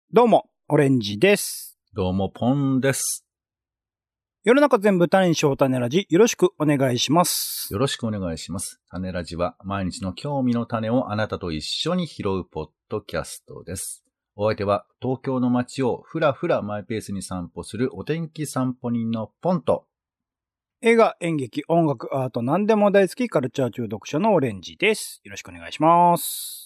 どうも、オレンジです。 どうも、ポンです。 世の中全部種にしよう種ラジ、よろしくお願いします。 よろしくお願いします。種ラジは、毎日の興味の種をあなたと一緒に拾うポッドキャストです。お相手は、東京の街をふらふらマイペースに散歩するお天気散歩人のポンと、 映画、演劇、音楽、アート、何でも大好きカルチャー中毒者のオレンジです。よろしくお願いします。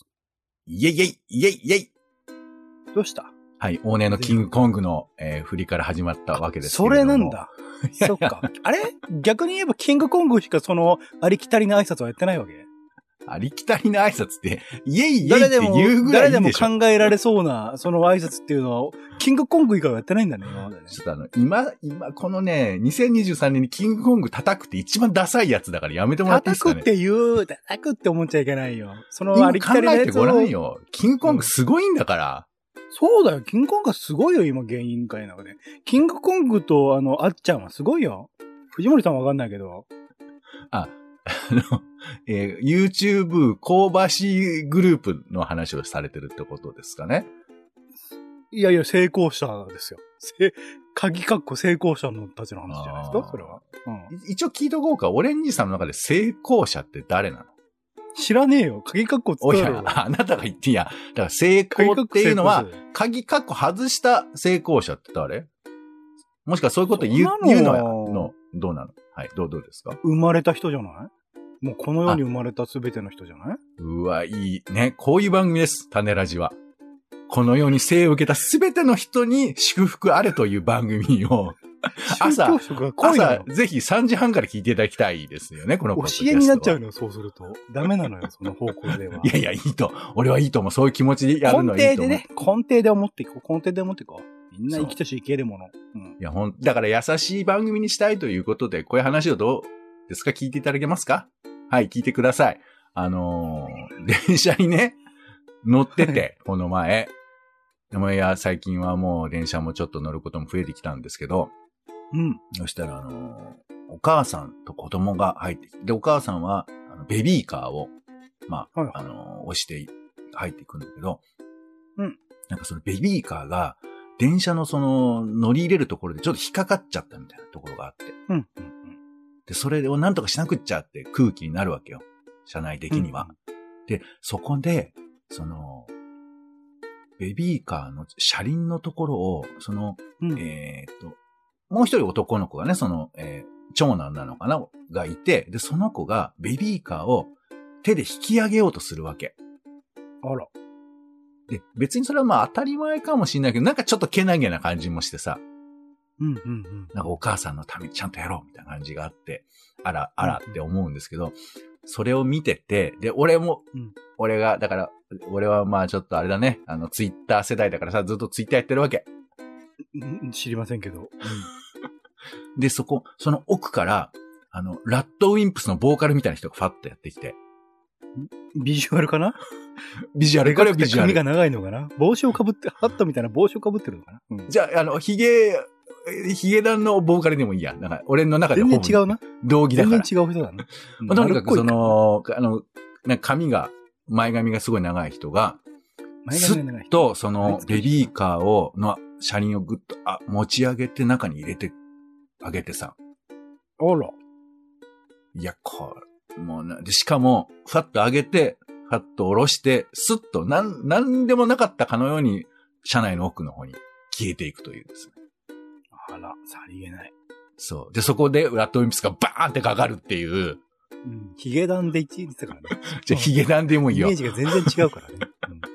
イェイイェイイェイイェイどうした？ はい、往年のキングコングの、振りから始まったわけですけれども。 それなんだ。そっか。あれ逆に言えばキングコングしかそのありきたりな挨拶はやってないわけ？ ありきたりな挨拶って、イェイイェイって言うぐらいいいでしょ。 誰でも考えられそうな、その挨拶っていうのは、キングコング以外はやってないんだね、今までね。 ちょっと今、このね、2023年にキングコング叩くって一番ダサいやつだからやめてもらっていいですかね。 叩くって思っちゃいけないよ。そのありきたりなやつを。 考えてごらんよ。キングコングすごいんだから。 そうだよ。キングコングはすごいよ、今、芸人界の中で。キングコングと、あっちゃんはすごいよ。藤森さんわかんないけど。 YouTube 香ばしいグループの話をされてるってことですかね。 いやいや、成功者ですよ。鍵括弧成功者のたちの話じゃないですか、それは。 一応聞いとこうか。オレンジさんの中で成功者って誰なの？ 知らねえよ。鍵括弧おや、あなたが言っていや。だから成功っていうのは、鍵括弧外した成功者って誰？もしくはそういうこと言うのは、どうなの？はい、どうですか？ 生まれた人じゃない？もうこの世に生まれたすべての人じゃない？ うわ、いい。ね、こういう番組です。種ラジは。この世に生を受けたすべての人に祝福あれという番組を、朝、ぜひ3時半から聞いていただきたいですよね、このポッドキャストは。 教えになっちゃうのよ、そうすると。ダメなのよ、その方向では。 いや、いいと。俺はいいと思う。そういう気持ちでやるのはいいと思う。 根底で思っていこう。みんな生きとし生けるもの。 いや、だから優しい番組にしたいということで、こういう話をどうですか？聞いていただけますか？はい、聞いてください。電車にね、乗ってて、この前。でも最近はもう電車もちょっと乗ることも増えてきたんですけど、そしたらお母さんと子供が入ってきて、で、お母さんは、ベビーカーを、押して入っていくんだけど、なんかそのベビーカーが、電車のその乗り入れるところでちょっと引っかかっちゃったみたいなところがあって。で、それをなんとかしなくっちゃって空気になるわけよ。車内的には。で、そこで、ベビーカーの車輪のところを、もう一人男の子がね、長男なのかながいて、で、その子がベビーカーを手で引き上げようとするわけ。 あら。 で、別にそれはまあ当たり前かもしれないけど、なんかちょっとけなげな感じもしてさ。なんかお母さんのためにちゃんとやろうみたいな感じがあって、あらって思うんですけど、それを見てて、で、俺はまあちょっとあれだね、ツイッター世代だからさ、ずっとツイッターやってるわけ。 知りませんけど。 で、その奥から、ラッドウィンプスのボーカルみたいな人がファッとやってきて。 ビジュアルかな？ ビジュアル。これはビジュアル。 髪が長いのかな？帽子をかぶって、ハットみたいな帽子をかぶってるのかな？ じゃあ、ヒゲダンのボーカルでもいいや。なんか、俺の中で全然違うな。 道義だから。 全然違う人だな。 とにかくなんか前髪がすごい長い人が、すっと、ベビーカーの車輪をぐっと、持ち上げて中に入れてあげてさ。 あら。 いや、もうで、しかも、ファッと上げて、ファッと下ろして、スッと、なんでもなかったかのように、車内の奥の方に消えていくというですね。 あら、さりげない。 そう。で、そこで、ラッドウィンプスがバーンってかかるっていう。 ヒゲダンで1位って言ってたからね。 じゃあ、ヒゲダンでもいいよ。 イメージが全然違うからね。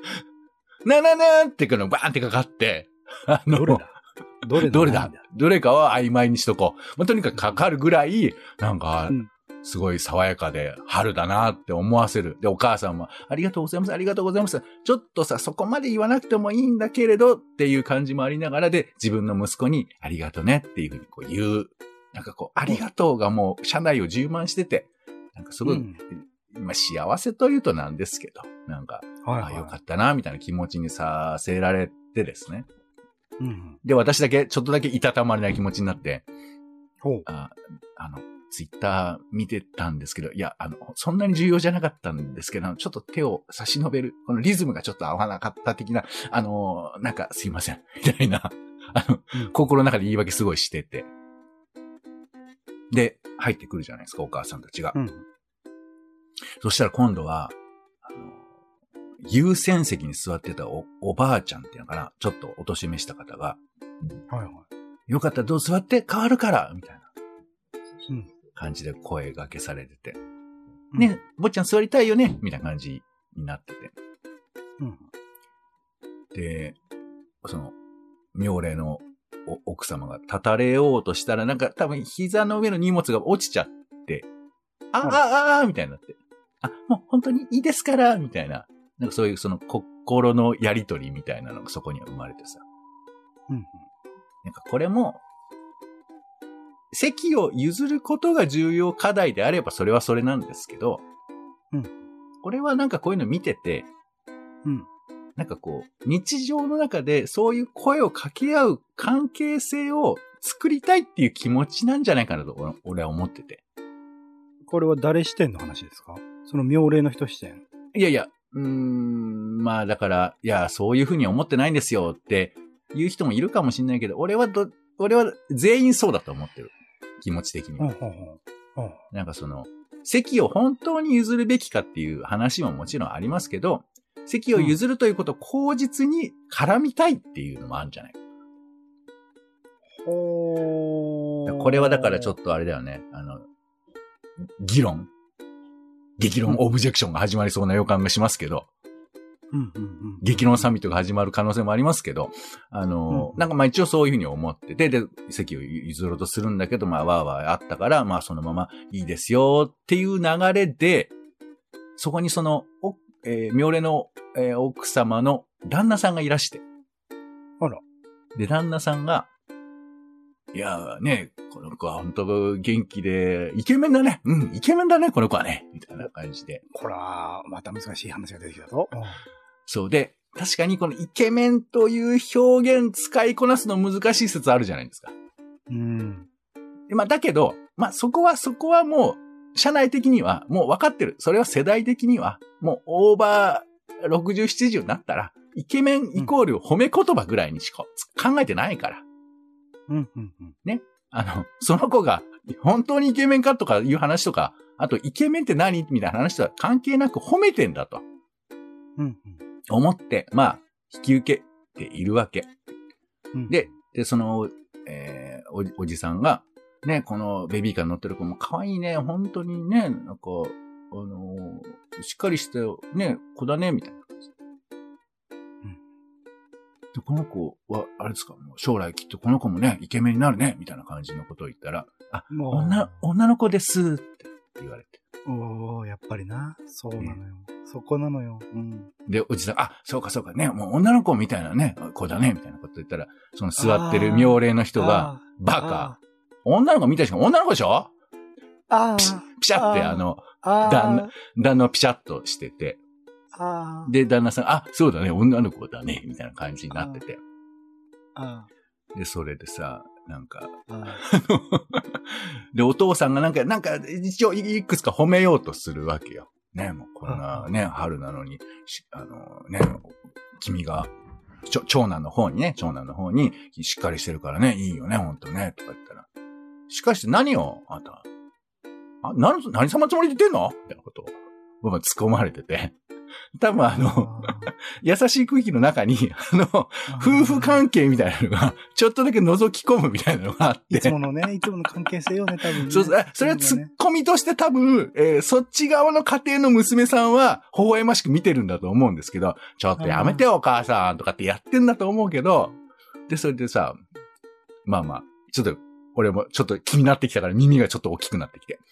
ってバーンってかかって、 どれだどれかは曖昧にしとこう。とにかくかかるぐらい、なんか、すごい爽やかで春だなって思わせる。で、お母さんも、ありがとうございます、ありがとうございます。ちょっとさ、そこまで言わなくてもいいんだけれどっていう感じもありながらで、自分の息子にありがとねっていうふうに言う。なんかありがとうがもう車内を充満してて、なんかすごい、幸せというとなんですけど、なんか、よかったな、みたいな気持ちにさせられてですね。で、私だけ、ちょっとだけいたたまれない気持ちになって、 ツイッター見てたんですけど、いや、そんなに重要じゃなかったんですけど、ちょっと手を差し伸べる、このリズムがちょっと合わなかった的な、なんかすいません、みたいな、心の中で言い訳すごいしてて。で、入ってくるじゃないですか、お母さんたちが。うん、そしたら今度は、優先席に座ってた おばあちゃんっていうのかな、ちょっとお年めした方が、はいはい、よかったらどう座って変わるから、みたいな、感じで声掛けされてて、ね、坊ちゃん座りたいよね、みたいな感じになってて。で、妙齢の奥様が立たれようとしたら、なんか多分膝の上の荷物が落ちちゃって、みたいになって。もう本当にいいですから、みたいな。なんかそういう心のやりとりみたいなのがそこには生まれてさ。なんかこれも、席を譲ることが重要課題であればそれはそれなんですけど、これはなんかこういうの見てて、なんかこう、日常の中でそういう声を掛け合う関係性を作りたいっていう気持ちなんじゃないかなと俺は思ってて。 これは誰視点の話ですか？その妙齢の人視点？ いやいや、まあだから、いや、そういうふうに思ってないんですよって言う人もいるかもしれないけど、俺は全員そうだと思ってる。気持ち的には。なんか席を本当に譲るべきかっていう話ももちろんありますけど、席を譲るということを口実に絡みたいっていうのもあるんじゃないか。これはだからちょっとあれだよね。激論オブジェクションが始まりそうな予感がしますけど、激論サミットが始まる可能性もありますけど、なんかまあ一応そういうふうに思ってて、で、席を譲ろうとするんだけど、まあわーわーあったから、まあそのままいいですよっていう流れで、そこに妙齢の、奥様の旦那さんがいらして。 あら。 で、旦那さんが、いやね、この子は本当元気で、イケメンだね。イケメンだね、この子はね。みたいな感じで。 これは、また難しい話が出てきたぞ。 そうで、確かにこのイケメンという表現使いこなすの難しい説あるじゃないですか。まあ、だけど、まあ、そこはもう、社内的にはもう分かってる。それは世代的には、もうオーバー60、70になったら、イケメンイコール褒め言葉ぐらいにしか考えてないから。ね。その子が本当にイケメンかとかいう話とか、あとイケメンって何みたいな話とは関係なく褒めてんだと。思って、まあ、引き受けているわけ。で、おじさんが、ね、このベビーカーに乗ってる子も可愛いね、本当にね、なんか、しっかりしてね、子だね、みたいな感じで。で、この子は、あれですか、将来きっとこの子もね、イケメンになるね、みたいな感じのことを言ったら、女の子ですって言われて。 やっぱりな。そうなのよ。そこなのよ。 で、おじさん、そうかそうかね、もう女の子みたいなね、子だね、みたいなこと言ったら、その座ってる妙齢の人が、バカ。女の子みたいしか女の子でしょ？ピシャって旦那をピシャッとしてて。で、旦那さん、そうだね、女の子だね、みたいな感じになってて。で、それでさ、なんか、で、お父さんがなんか、一応いくつか褒めようとするわけよ。ね、もうこんなね、春なのに、ね、君が、長男の方に、しっかりしてるからね、いいよね、ほんとね、とか言ったら。しかし何を、あんた、何様つもりで言ってんのみたいなことを、僕は突っ込まれてて。多分優しい空気の中に、夫婦関係みたいなのが、ちょっとだけ覗き込むみたいなのがあって。 いつもの関係性よね、多分、ね。 そう、それは突っ込みとして多分、そっち側の家庭の娘さんは、微笑ましく見てるんだと思うんですけど、ちょっとやめてよ、お母さんとかってやってんだと思うけど、で、それでさ、まあまあ、ちょっと、俺もちょっと気になってきたから耳がちょっと大きくなってきて。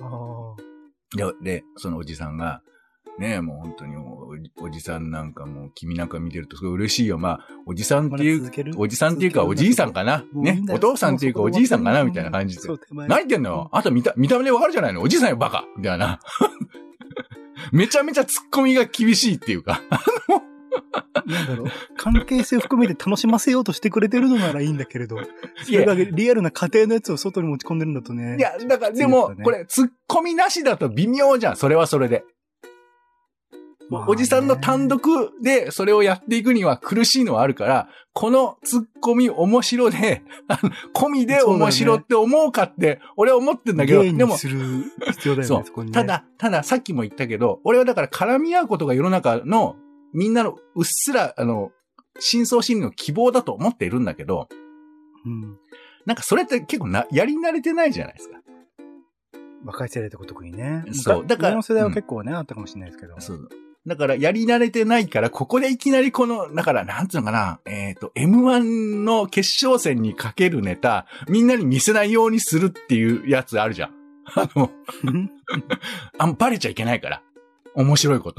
で、そのおじさんが、ねえ、もう本当におじさんなんかもう君なんか見てるとすごい嬉しいよ。まあ、おじさんっていうかおじいさんかな。ね。お父さんっていうかおじいさんかなみたいな感じで。何言ってんの？あと見た目でわかるじゃないの？おじいさんよバカみたいな。めちゃめちゃ突っ込みが厳しいっていうか。 なんだろう、関係性含めて楽しませようとしてくれてるのならいいんだけれど、それがリアルな家庭のやつを外に持ち込んでるんだとね。 いや、だからでも、これ、突っ込みなしだと微妙じゃん。それはそれで。おじさんの単独でそれをやっていくには苦しいのはあるから、この突っ込み面白で、込みで面白って思うかって、俺は思ってんだけど、 でも、する必要だよね、 そうそこにね。 ただ、さっきも言ったけど、俺はだから絡み合うことが世の中のみんなのうっすら、深層心理の希望だと思っているんだけど、 うん。 なんかそれって結構やり慣れてないじゃないですか。 若い世代とか特にね。 そう。だから。 上の世代は結構ね、あったかもしれないですけど。 そう。だから、やり慣れてないから、ここでいきなりだから、なんつうのかな、M1 の決勝戦にかけるネタ、みんなに見せないようにするっていうやつあるじゃん。バレちゃいけないから。面白いこと。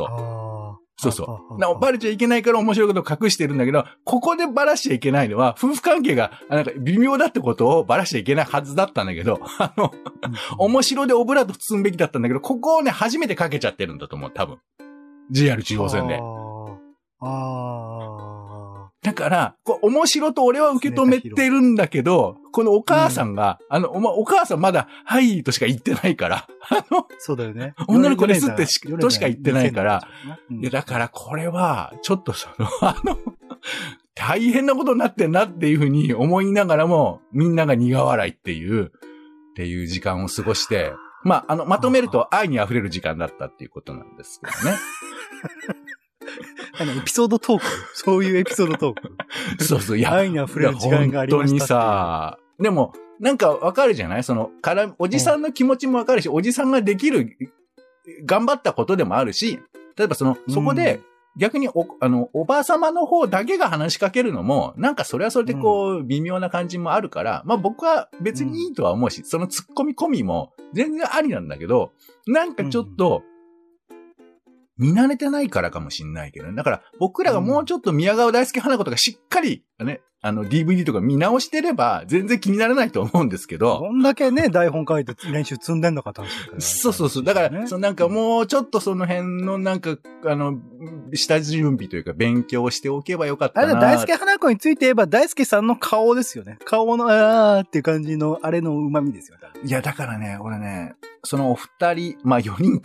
そうそう。バレちゃいけないから面白いことを隠してるんだけど、ここでバラしちゃいけないのは、夫婦関係が、なんか微妙だってことをバラしちゃいけないはずだったんだけど、面白でオブラート包むべきだったんだけど、ここをね、初めてかけちゃってるんだと思う、多分。JR 中央線で。だから、面白と俺は受け止めてるんだけど、このお母さんが、お母さんまだ、はいとしか言ってないから、 そうだよね。 女の子ですってとしか言ってないから、いや、だからこれは、ちょっと大変なことになってんなっていうふうに思いながらも、みんなが苦笑いっていう時間を過ごして、まあ、まとめると愛に溢れる時間だったっていうことなんですけどね。 エピソードトークそういうエピソードトークそうそう、いや、 愛に溢れる時間がありました。 本当にさ、でも、なんかわかるじゃないおじさんの気持ちもわかるし、おじさんができる、頑張ったことでもあるし、例えばそこで、逆におばあ様の方だけが話しかけるのも、なんかそれはそれで微妙な感じもあるから、まあ僕は別にいいとは思うし、その突っ込み込みも全然ありなんだけど、なんかちょっと、見慣れてないからかもしんないけどね。だから僕らがもうちょっと宮川大輔花子とかしっかりね、DVD とか見直してれば全然気にならないと思うんですけど。 こんだけね、台本書いて練習積んでんのかって話だから、ね。 そう。だから、なんかもうちょっとその辺のなんか、下準備というか勉強しておけばよかったな。 あれ大輔花子について言えば大輔さんの顔ですよね。顔のっていう感じのあれの旨味ですよ。 いや、だからね、俺ね、そのお二人、まあ5人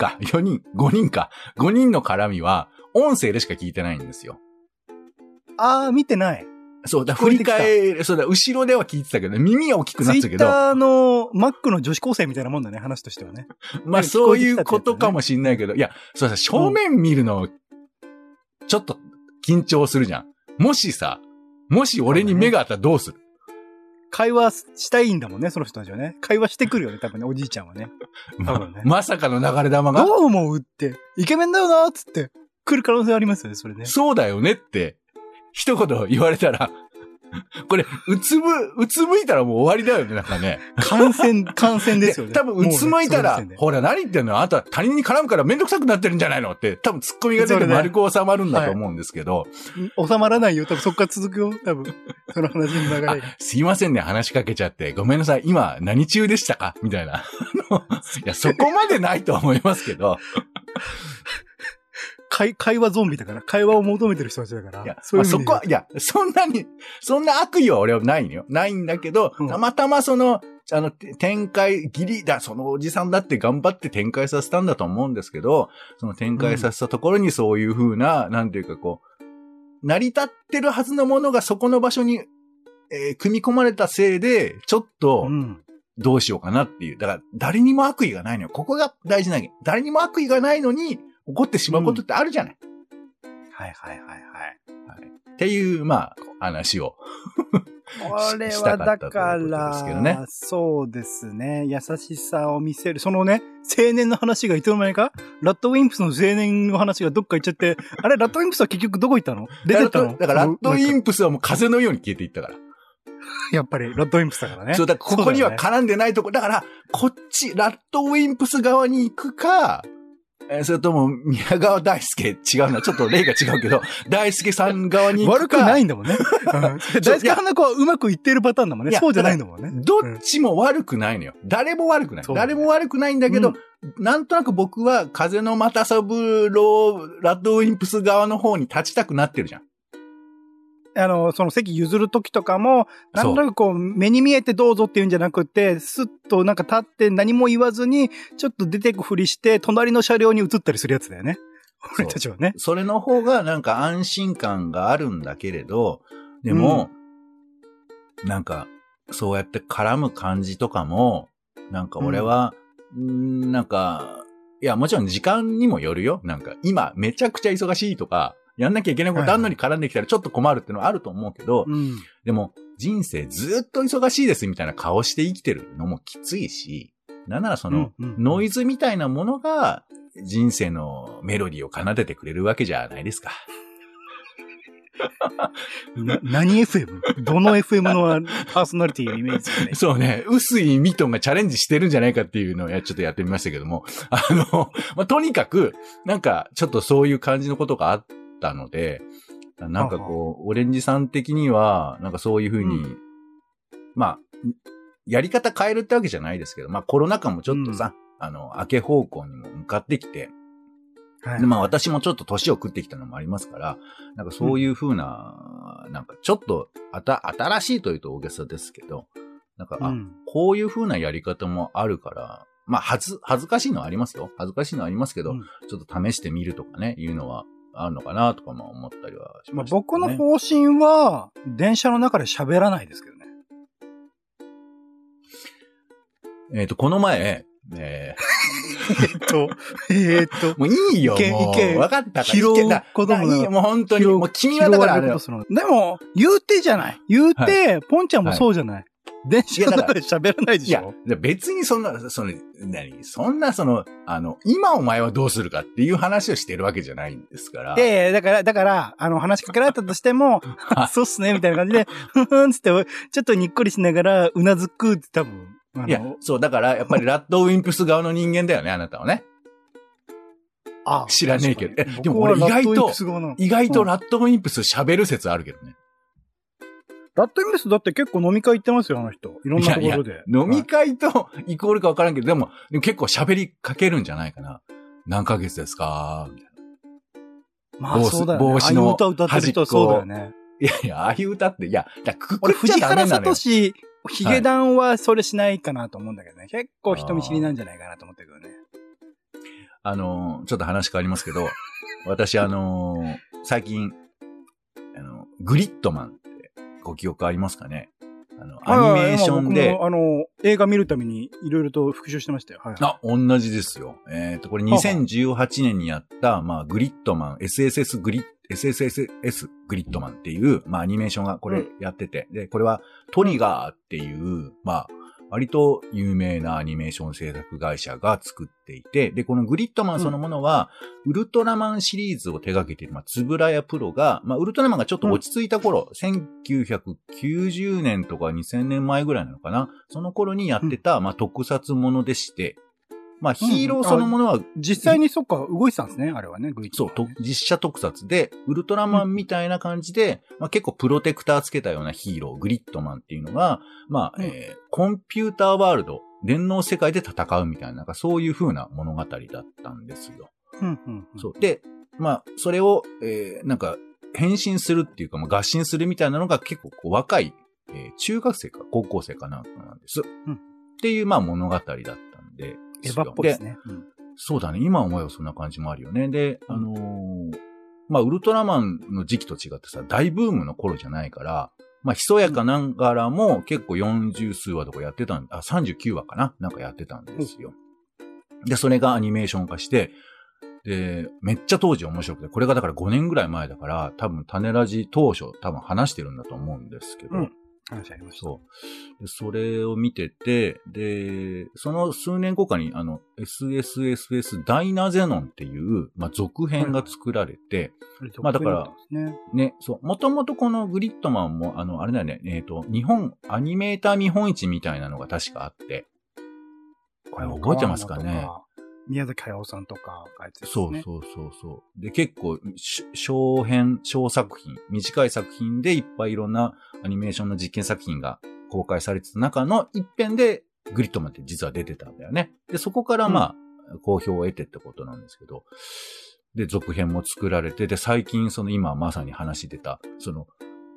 の絡みは音声でしか聞いてないんですよ。 見てない。 そうだ、振り返る、そうだ、後ろでは聞いてたけど、耳が大きくなってたけど。 ツイッターのマックの女子高生みたいなもんだね、話としてはね。 まあそういうことかもしんないけど、いや、そうさ、正面見るの、ちょっと緊張するじゃん。もし俺に目があったらどうする？ 会話したいんだもんね、その人たちはね。会話してくるよね、多分ね、おじいちゃんはね。多分ね。 まさかの流れ玉が。 どう思うって、イケメンだよなーっつって、来る可能性ありますよね、それね。 そうだよねって、一言言われたら、これ、うつむいたらもう終わりだよね、なんかね。 感染ですよね。 多分、うつむいたら、ほら、何言ってんの？あんた他人に絡むからめんどくさくなってるんじゃないのって、多分ツッコミが出て丸く収まるんだと思うんですけど。 収まらないよ、多分そっから続くよ、多分。その話の流れ。 すいませんね、話しかけちゃって。ごめんなさい、今何中でしたかみたいな。いや、そこまでないと思いますけど。 会話ゾンビだから、会話を求めてる人たちだから。 いや、そこは、いや、そんな悪意は俺はないのよ。ないんだけど、たまたま展開、そのおじさんだって頑張って展開させたんだと思うんですけど、その展開させたところにそういう風な、なんていうか成り立ってるはずのものがそこの場所に、組み込まれたせいで、ちょっと、どうしようかなっていう。だから、誰にも悪意がないのよ。ここが大事なわけ。誰にも悪意がないのに、起こってしまうことってあるじゃない。 はい。 っていう、まあ、話を。 これはだから、そうですね。優しさを見せる。そのね、青年の話がいつの間にか、ラッドウィンプスの青年の話がどっか行っちゃって、あれ、ラッドウィンプスは結局どこ行ったの？出てったの？ だからラッドウィンプスはもう風のように消えていったから。 やっぱり、ラッドウィンプスだからね。 そう、だからここには絡んでないとこ、だから、こっち、ラッドウィンプス側に行くか、それとも、宮川大輔、違うな、ちょっと例が違うけど、大輔さん側に行くか。 悪くないんだもんね。大輔花子はうまくいってるパターンだもんね。そうじゃないんだもんね。 どっちも悪くないのよ。誰も悪くない。誰も悪くないんだけど、なんとなく僕は風の又三郎、ラッドウィンプス側の方に立ちたくなってるじゃん。 その席譲るときとかも、なんとなくこう、目に見えてどうぞっていうんじゃなくて、スッとなんか立って何も言わずに、ちょっと出てくふりして、隣の車両に移ったりするやつだよね。俺たちはね。 それの方がなんか安心感があるんだけれど、でも、なんか、そうやって絡む感じとかも、なんか俺は、なんか、いや、もちろん時間にもよるよ。なんか、今めちゃくちゃ忙しいとか、やんなきゃいけないことあんのに絡んできたらちょっと困るってのはあると思うけど、でも、人生ずっと忙しいですみたいな顔して生きてるのもきついし、なんならその、ノイズみたいなものが人生のメロディーを奏でてくれるわけじゃないですか。 何 FM？ どの FM のパーソナリティをイメージするね。 そうね。臼井ミトンがチャレンジしてるんじゃないかっていうのをちょっとやってみましたけども。まあ、とにかく、なんか、ちょっとそういう感じのことがあったので、なんかこう、オレンジさん的には、なんかそういうふうに、まあ、やり方変えるってわけじゃないですけど、まあコロナ禍もちょっとさ、明け方向にも向かってきて、でまあ私もちょっと年を食ってきたのもありますから、なんかそういう風な、なんかちょっと新しいというと大げさですけど、なんか、こういう風なやり方もあるから、まあ恥ずかしいのはありますよ。恥ずかしいのはありますけど、ちょっと試してみるとかね、いうのはあるのかなとかも思ったりはしましたね。 僕の方針は、電車の中で喋らないですけどね。 この前、もういいよ、もう。わかったから。 拾うこともいいよ、もう本当に。もう君はだからでも、言うてじゃない。言うて、ポンちゃんもそうじゃない。電車の中で喋らないでしょ。 いや、別にそんな、今お前はどうするかっていう話をしてるわけじゃないんですから。 だから、話しかけられたとしても、そうっすね、みたいな感じで、ふふんつって、ちょっとにっこりしながら、うなずくって多分。 いや、そう、だから、やっぱりラッドウィンプス側の人間だよね、あなたはね。知らねえけど。でも俺意外とラッドウィンプス喋る説あるけどね。 ラッドウィンプスだって結構飲み会行ってますよ、あの人。いろんなところで。 飲み会とイコールか分からんけど、でも結構喋りかけるんじゃないかな。何ヶ月ですかみたいな。まあそうだよね。 帽子のああいう歌歌ってる人はそうだよね。 いや、ああいう歌って、くくっちゃダメなのよ。 俺、藤原聡ヒゲダンはそれしないかなと思うんだけどね。結構人見知りなんじゃないかなと思ったけどね。 ちょっと話変わりますけど、私最近、グリッドマンってご記憶ありますかね？アニメーションで。 僕も映画見るためにいろいろと復習してましたよ。はい、 同じですよ。これ2018年にやった、まあ、グリッドマン、SSS グリッドマンっていう、まあ、アニメーションがこれやってて、で、これはトリガーっていう、まあ、割と有名なアニメーション制作会社が作っていて、で、このグリッドマンそのものは、ウルトラマンシリーズを手掛けている、まあ、つぶらやプロが、まあ、ウルトラマンがちょっと落ち着いた頃、1990年とか2000年前ぐらいなのかな、その頃にやってた、まあ、特撮ものでして、まあ、ヒーローそのものは、 実際にそっか、動いてたんですね、あれはね、グリッドマン、ね。 そう、実写特撮で、ウルトラマンみたいな感じで、まあ、結構プロテクターつけたようなヒーロー、グリッドマンっていうのが、まあ、コンピューターワールド、電脳世界で戦うみたいな、なんかそういう風な物語だったんですよ。そう。で、まあ、それを、なんか、変身するっていうか、まあ、合心するみたいなのが結構こう若い、中学生か高校生かなんかなんです。っていう、まあ、物語だったんで、 エヴァっぽいですね。 そうだね。今思えばそんな感じもあるよね。で、まあ、ウルトラマンの時期と違ってさ、大ブームの頃じゃないから、まあ、ひそやかながらも結構40数話とかやってた39話かななんかやってたんですよ。で、それがアニメーション化して、で、めっちゃ当時面白くて、これがだから5年ぐらい前だから、多分種ラジ当初多分話してるんだと思うんですけど、 話ありました。 そう。で、それを見てて、で、その数年後かに、SSSS ダイナゼノンっていう、まあ、続編が作られて、まあ、だから、ね、そう、もともとこのグリッドマンも、あれだよね、日本、アニメーター見本市みたいなのが確かあって、これ覚えてますかね？ 宮崎駿さんとかがやってるんですね。そう。で、結構、小作品、短い作品でいっぱいいろんなアニメーションの実験作品が公開されてた中の一編で、グリッドマンって実は出てたんだよね。で、そこからまあ、好評を得てってことなんですけど、で、続編も作られて、で、最近今まさに話してた、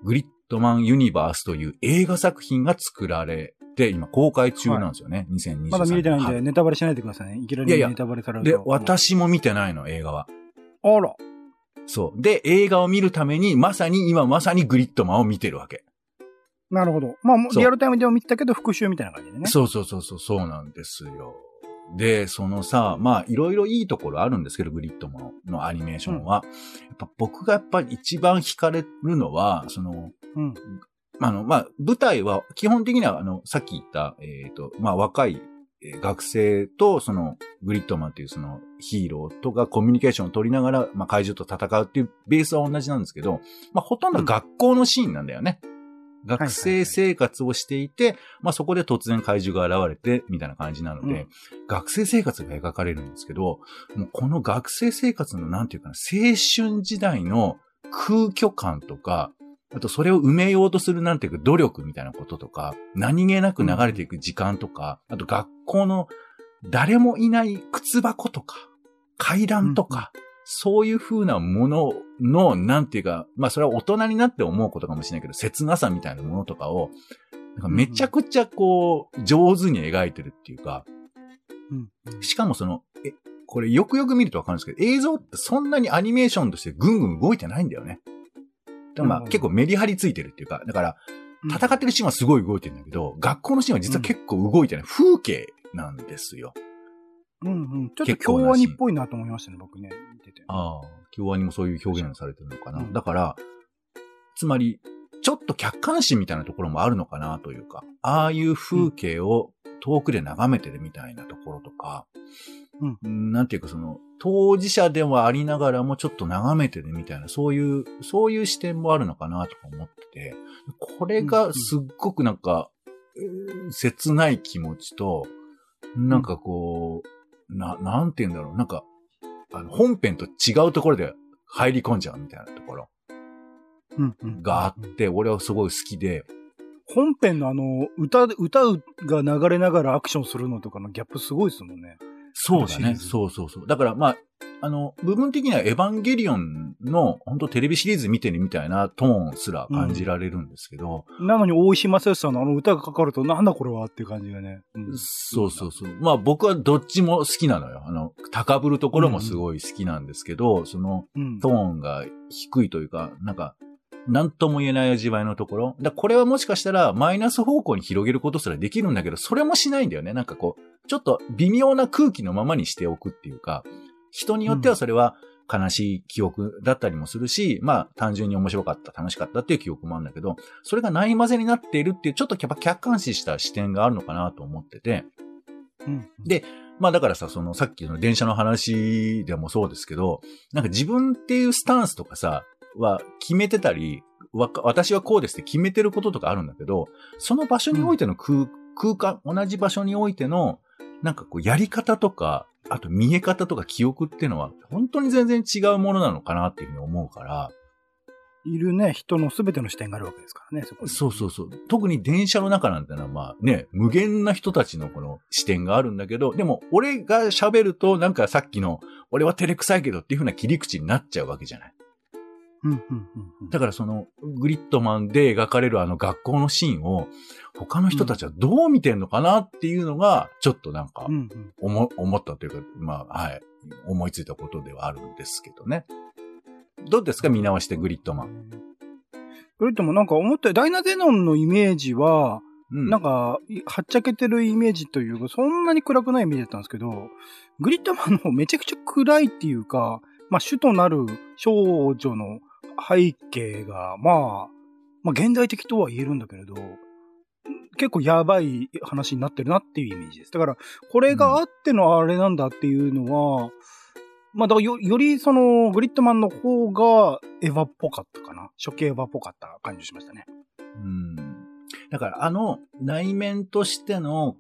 グリッドマンユニバースという映画作品が作られて、今公開中なんですよね。2023年。 まだ見れてないんで、ネタバレしないでくださいね。いきなりネタバレされると。 で、私も見てないの、映画は。 あら。 そう。で、映画を見るために、まさにグリッドマンを見てるわけ。 なるほど。まあ、リアルタイムでも見てたけど、復習みたいな感じでね。 そうなんですよ。で、そのさ、まあ、いろいろいいところあるんですけど、グリッドマンのアニメーションは。やっぱ僕が一番惹かれるのは、まあ、舞台は、基本的には、さっき言った、まあ、若い学生と、グリッドマンっていうヒーローとかコミュニケーションを取りながら、まあ、怪獣と戦うっていうベースは同じなんですけど、まあ、ほとんど学校のシーンなんだよね。学生生活をしていて、まあそこで突然怪獣が現れて、みたいな感じなので、学生生活が描かれるんですけど、もうこの学生生活のなんていうかな、青春時代の空虚感とか、あとそれを埋めようとするなんていうか努力みたいなこととか、何気なく流れていく時間とか、あと学校の誰もいない靴箱とか、階段とか、そういう風なものの、なんていうか、まあそれは大人になって思うことかもしれないけど、切なさみたいなものとかを、なんかめちゃくちゃ上手に描いてるっていうか、しかもこれよくよく見るとわかるんですけど、映像ってそんなにアニメーションとしてぐんぐん動いてないんだよね。だからまあ結構メリハリついてるっていうか、だから戦ってるシーンはすごい動いてるんだけど、学校のシーンは実は結構動いてない。風景なんですよ。 ちょっと京アニっぽいなと思いましたね、僕ね。見てて。 京アニもそういう表現をされてるのかな。だから、つまり、ちょっと客観視みたいなところもあるのかなというか、ああいう風景を遠くで眺めてるみたいなところとか、なんていうか当事者ではありながらもちょっと眺めてるみたいな、そういう視点もあるのかなとか思ってて、これがすっごくなんか、切ない気持ちと、なんかなんて言うんだろう。なんか、本編と違うところで入り込んじゃうみたいなところがあって、俺はすごい好きで。 本編の歌が流れながらアクションするのとかのギャップすごいですもんね。 そうだね。そう。だからまあ、部分的にはエヴァンゲリオンの本当テレビシリーズ見てるみたいなトーンすら感じられるんですけど。 なのに大石正義さんの歌がかかるとなんだこれはっていう感じがね。 そう。まあ僕はどっちも好きなのよ。高ぶるところもすごい好きなんですけど、トーンが低いというか、なんとも言えない味わいのところ。これはもしかしたらマイナス方向に広げることすらできるんだけど、それもしないんだよね。ちょっと微妙な空気のままにしておくっていうか、人によってはそれは悲しい記憶だったりもするし、まあ単純に面白かった、楽しかったっていう記憶もあるんだけど、それがない混ぜになっているっていうちょっとやっぱ客観視した視点があるのかなと思ってて。で、まあだからさっきの電車の話でもそうですけど、なんか自分っていうスタンスとかさ、は決めてたり、私はこうですって決めてることとかあるんだけど、その場所においての空間、同じ場所においての、なんかやり方とか、あと見え方とか記憶っていうのは、本当に全然違うものなのかなっていうふうに思うから。 いるね、人の全ての視点があるわけですからね、そこに。 そう。特に電車の中なんてのは、まあね、無限な人たちのこの視点があるんだけど、でも俺が喋ると、なんかさっきの、俺は照れくさいけどっていうふうな切り口になっちゃうわけじゃない。だからグリッドマンで描かれる学校のシーンを他の人たちはどう見てんのかなっていうのがちょっとなんか思ったというか、まあはい、思いついたことではあるんですけどね。どうですか、見直してグリッドマン。 グリッドマンなんか思ったよりダイナゼノンのイメージは、なんか、はっちゃけてるイメージというか、そんなに暗くないイメージだったんですけど、グリッドマンの方めちゃくちゃ暗いっていうか、まあ主となる少女の背景が、まあ現代的とは言えるんだけれど、結構やばい話になってるなっていうイメージです。だから、これがあってのあれなんだっていうのは、まあだからよりグリッドマンの方がエヴァっぽかったかな。初期エヴァっぽかった感じしましたね。 だから内面としての、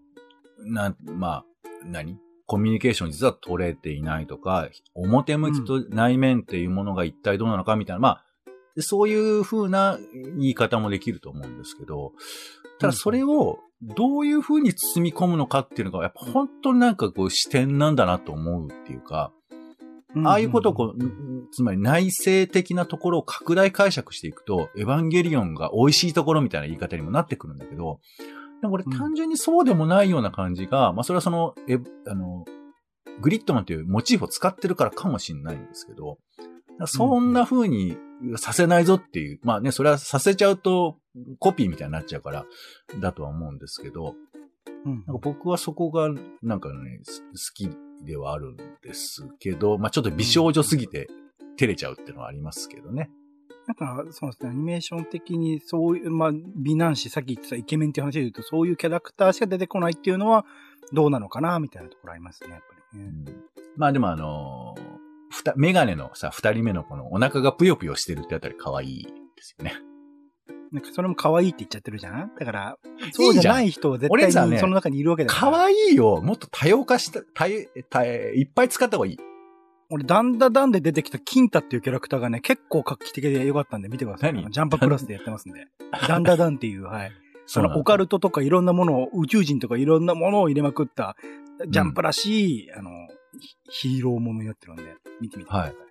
コミュニケーション実は取れていないとか、表向きと内面っていうものが一体どうなのかみたいな、まあ、そういう風な言い方もできると思うんですけど、ただそれをどういう風に包み込むのかっていうのが、やっぱ本当になんか視点なんだなと思うっていうか、 ああいうことをつまり内省的なところを拡大解釈していくと、エヴァンゲリオンが美味しいところみたいな言い方にもなってくるんだけど、でもこれ単純にそうでもないような感じが、まあそれはその、グリッドマンというモチーフを使ってるからかもしれないんですけど、そんな風にさせないぞっていう、まあね、それはさせちゃうとコピーみたいになっちゃうから、だとは思うんですけど、なんか僕はそこがなんかね、好きではあるんですけど、まあちょっと美少女すぎて照れちゃうっていうのはありますけどね。 なんか、そうですね、アニメーション的にそういう、まあ美男子、さっき言ってたイケメンっていう話で言うと、そういうキャラクターしか出てこないっていうのはどうなのかな、みたいなところありますね、やっぱりね。 まあでもメガネのさ、二人目のこのお腹がぷよぷよしてるってあたり可愛いですよね。 なんかそれも可愛いって言っちゃってるじゃん。だから、そうじゃない人は絶対にその中にいるわけだから。 可愛いよ。もっと多様化した、いっぱい使った方がいい。 俺、ダンダダンで出てきたキンタっていうキャラクターがね、結構画期的で良かったんで見てください。ジャンパークラスでやってますんで。ダンダダンっていう、はい。そのオカルトとかいろんなものを、宇宙人とかいろんなものを入れまくった、ジャンプらしい、ヒーローものになってるんで、見てみてください。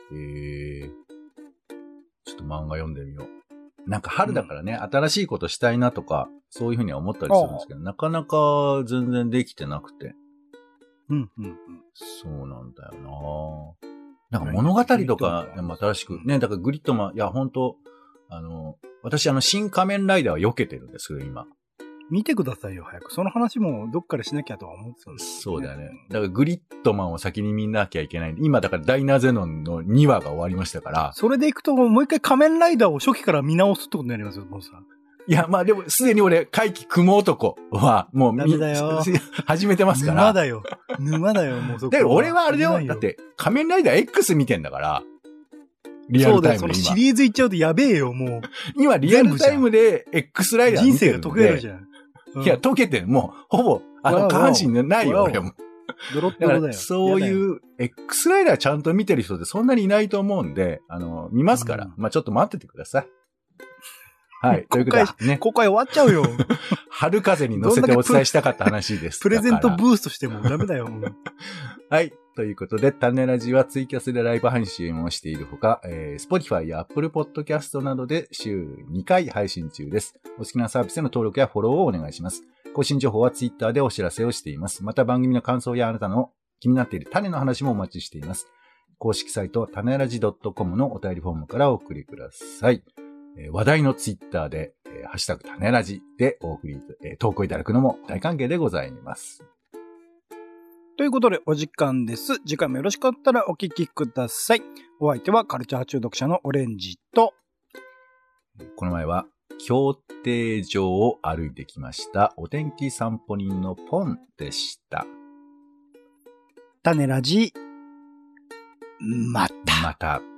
ちょっと漫画読んでみよう。なんか春だからね、新しいことしたいなとか、そういうふうには思ったりするんですけど、なかなか全然できてなくて。そうなんだよな。なんか物語とかでも新しく、ね、だからグリッドマン、いや、本当私新仮面ライダーは避けてるんですけど、今。 見てくださいよ、早く。その話もどっかでしなきゃとは思ってたんですよね。そうだよね。だからグリッドマンを先に見なきゃいけない。今だからダイナゼノンの2話が終わりましたから。 それでいくと、もう一回仮面ライダーを初期から見直すってことになりますよ、ボスさん。 いや、まあでも、すでに俺、怪奇雲男は、もう始めてますから。 沼だよ。沼だよ、もうそこ。 で、俺はあれだよ。だって、仮面ライダー X 見てんだから。リアルタイムで今。そうだよ、そのシリーズいっちゃうとやべえよ、もう。 今、リアルタイムで X ライダー見てるんで。 人生が解けるじゃん。 いや、解けてる。もう、ほぼ、下半身ないよ、俺も。 ドロッドロだよ。 そういう、X ライダーちゃんと見てる人ってそんなにいないと思うんで、見ますから。まあちょっと待っててください。はい。ということで、ね。 公開終わっちゃうよ。 春風に乗せてお伝えしたかった話です。 プレゼントブーストしてもダメだよ。 はい。ということで、種ラジはツイキャスでライブ配信をしているほか、Spotify や Apple Podcast などで週2回配信中です。お好きなサービスへの登録やフォローをお願いします。更新情報は Twitter でお知らせをしています。また番組の感想やあなたの気になっている種の話もお待ちしています。公式サイト、種ラジ .com のお便りフォームからお送りください。話題のツイッターで、ハッシュタグ種ラジで投稿いただくのも大歓迎でございます。 ということでお時間です。次回もよろしかったらお聞きください。お相手はカルチャー中毒者のオレンジと、 この前は競艇場を歩いてきましたお天気散歩人のポンでした。 種ラジ、また。 また。